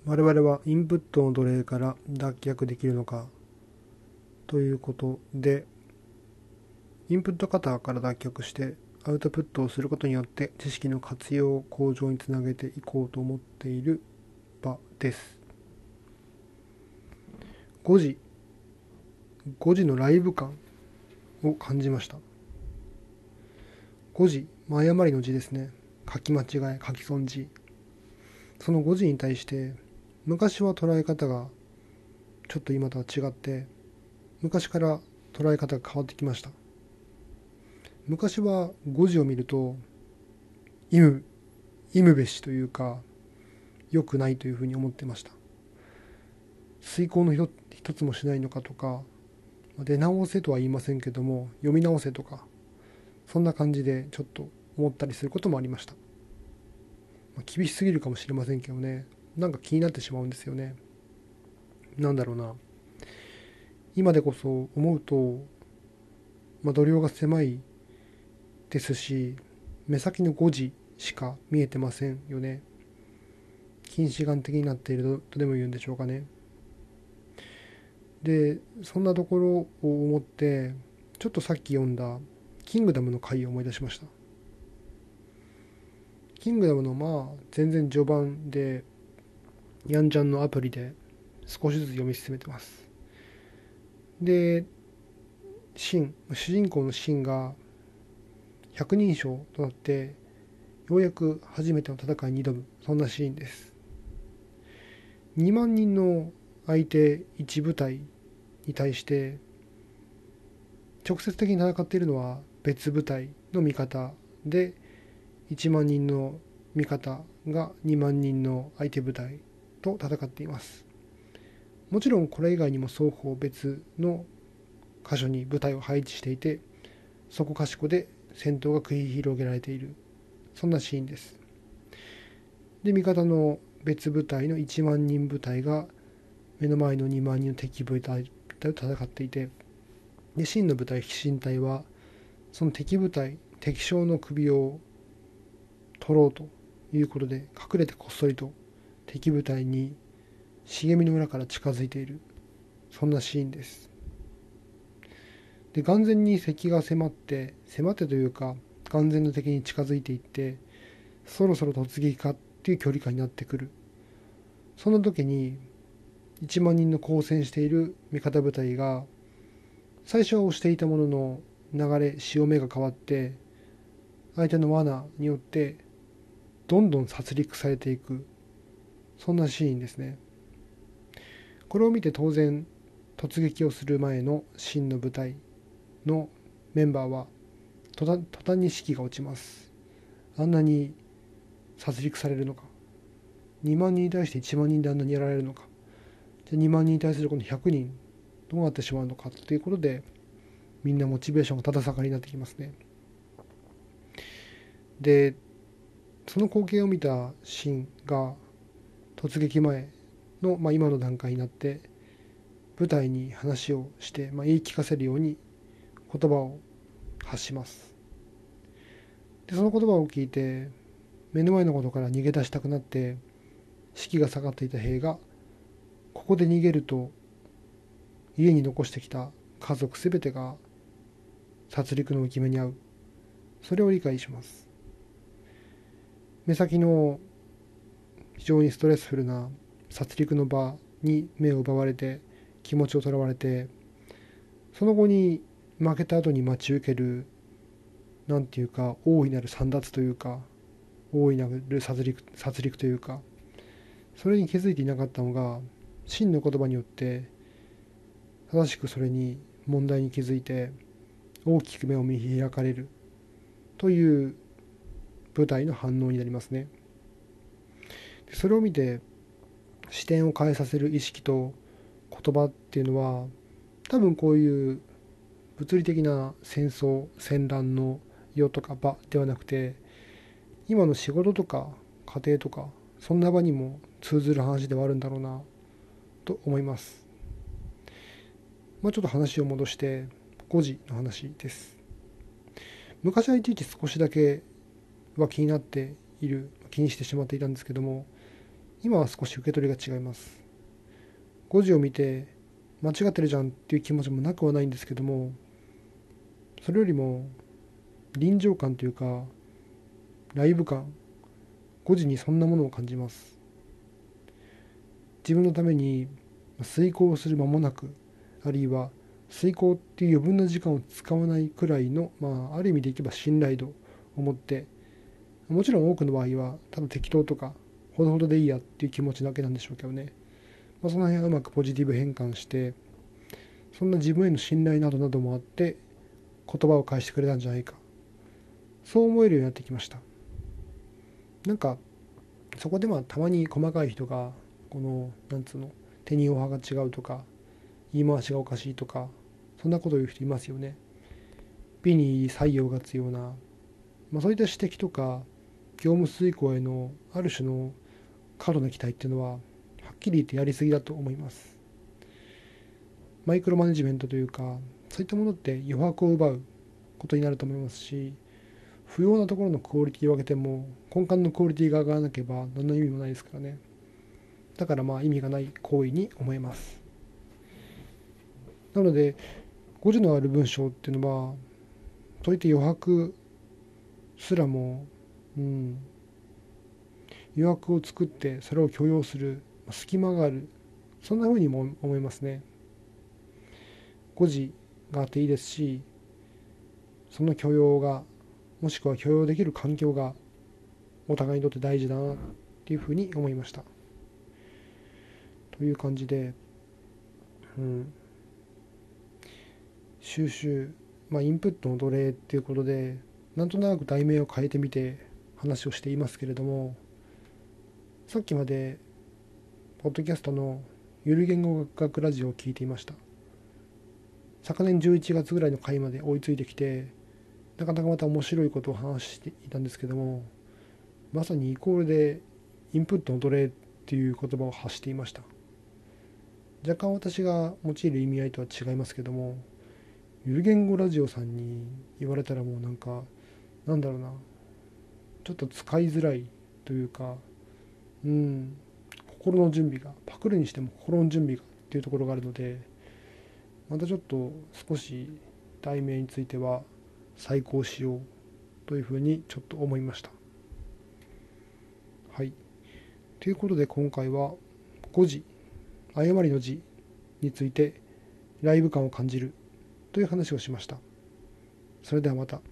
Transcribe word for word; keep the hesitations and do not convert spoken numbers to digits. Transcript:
我々はインプットの奴隷から脱却できるのかということで、インプット型から脱却してアウトプットをすることによって知識の活用向上につなげていこうと思っている場です。ごじ、ごじのライブ感を感じました。ごじ、誤りの字ですね。書き間違い、書き損じ。そのごじに対して昔は捉え方がちょっと今とは違って、昔から捉え方が変わってきました。昔はごじを見ると意無意無べしというか良くないというふうに思ってました。遂行の一つもしないのかとか、出直せとは言いませんけども読み直せとか、そんな感じでちょっと思ったりすることもありました。まあ、厳しすぎるかもしれませんけどね、なんか気になってしまうんですよね。なんだろうな、今でこそ思うと、まあ、度量が狭いですし、目先のごじしか見えてませんよね。近視眼的になっているとでも言うんでしょうかね。で、そんなところを思って、ちょっとさっき読んだキングダムの回を思い出しました。キングダムのまあ全然序盤で、ヤンジャンのアプリで少しずつ読み進めてます。で、シン、主人公のシンが百人将となって、ようやく初めての戦いに挑む、そんなシーンです。にまん人の相手いち部隊に対して直接的に戦っているのは別部隊の味方で、いちまん人の味方がにまん人の相手部隊と戦っています。もちろんこれ以外にも双方別の箇所に部隊を配置していて、そこかしこで戦闘が繰り広げられている、そんなシーンです。で、味方の別部隊のいちまん人部隊が目の前のにまん人の敵部隊と戦っていて、で真の部隊飛信隊はその敵部隊敵将の首を取ろうということで、隠れてこっそりと敵部隊に茂みの裏から近づいている、そんなシーンです。で、眼前に敵が迫って迫ってというか眼前の敵に近づいていって、そろそろ突撃かっていう距離感になってくる。その時にいちまん人の交戦している味方部隊が最初は押していたものの、流れ潮目が変わって相手の罠によってどんどん殺戮されていく、そんなシーンですね。これを見て当然突撃をする前の真の部隊のメンバーは途端途端に士気が落ちます。あんなに殺戮されるのか、にまん人に対していちまん人であんなにやられるのか、じゃあにまん人に対するこのひゃくにんどうなってしまうのかということで、みんなモチベーションがただ下がりになってきますね。で、その光景を見たシンが突撃前の、まあ、今の段階になって部隊に話をして、まあ、言い聞かせるように言葉を発します。で、その言葉を聞いて目の前のことから逃げ出したくなって士気が下がっていた兵が、ここで逃げると家に残してきた家族すべてが殺戮の憂き目に遭う、それを理解します。目先の非常にストレスフルな殺戮の場に目を奪われて、気持ちをとらわれて、その後に負けた後に待ち受ける、なんていうか大いなる惨奪というか、大いなる殺戮殺戮というか、それに気づいていなかったのが真の言葉によって正しくそれに問題に気づいて大きく目を見開かれるという部隊の反応になりますね。それを見て視点を変えさせる意識と言葉っていうのは、多分こういう物理的な戦争戦乱の世とか場ではなくて、今の仕事とか家庭とかそんな場にも通ずる話ではあるんだろうなと思います。まあ、ちょっと話を戻してごじの話です。昔はいちいち少しだけは気になっている気にしてしまっていたんですけども、 今は少し受け取りが違います。ごじを見て間違ってるじゃんっていう気持ちもなくはないんですけども、それよりも臨場感というかライブ感、ごじにそんなものを感じます。自分のために遂行する間もなく、あるいは遂行っていう余分な時間を使わないくらいの、まあ、ある意味でいけば信頼度を持って、もちろん多くの場合はただ適当とかほどほどでいいやっていう気持ちだけなんでしょうけどね、まあ、その辺はうまくポジティブ変換して、そんな自分への信頼などなどもあって言葉を返してくれたんじゃないか、そう思えるようになってきました。なんかそこでまあたまに細かい人がこのなんつうの手にオハが違うとか言い回しがおかしいとか、そんなことを言う人いますよね。美に採用が強いな、まあ、そういった指摘とか業務遂行へのある種の過度な期待っていうのははっきり言ってやりすぎだと思います。マイクロマネジメントというか、そういったものって余白を奪うことになると思いますし、不要なところのクオリティを上げても根幹のクオリティが上がらなければ何の意味もないですからね。だからまあ意味がない行為に思えます。なので語字のある文章っていうのはそういった余白すらも、うん、余白を作ってそれを許容する隙間がある、そんな風にも思いますね。誤字があっていいですし、その許容が、もしくは許容できる環境がお互いにとって大事だなっていうふうに思いました。という感じで、うん、収集、まあ、インプットの奴隷っていうことで、なんとなく題名を変えてみて話をしていますけれども、さっきまでポッドキャストのゆる言語学ラジオを聞いていました。昨年じゅういちがつぐらいの回まで追いついてきて、なかなかまた面白いことを話していたんですけども、まさにイコールでインプットの奴隷っていう言葉を発していました。若干私が用いる意味合いとは違いますけども、ゆる言語ラジオさんに言われたらもうなんか、なんだろうな、ちょっと使いづらいというか、うん、心の準備が、パクるにしても心の準備がっていうところがあるので、またちょっと少し題名については再考しようというふうにちょっと思いました。はい。ということで今回は誤字、誤りの字についてライブ感を感じるという話をしました。それではまた。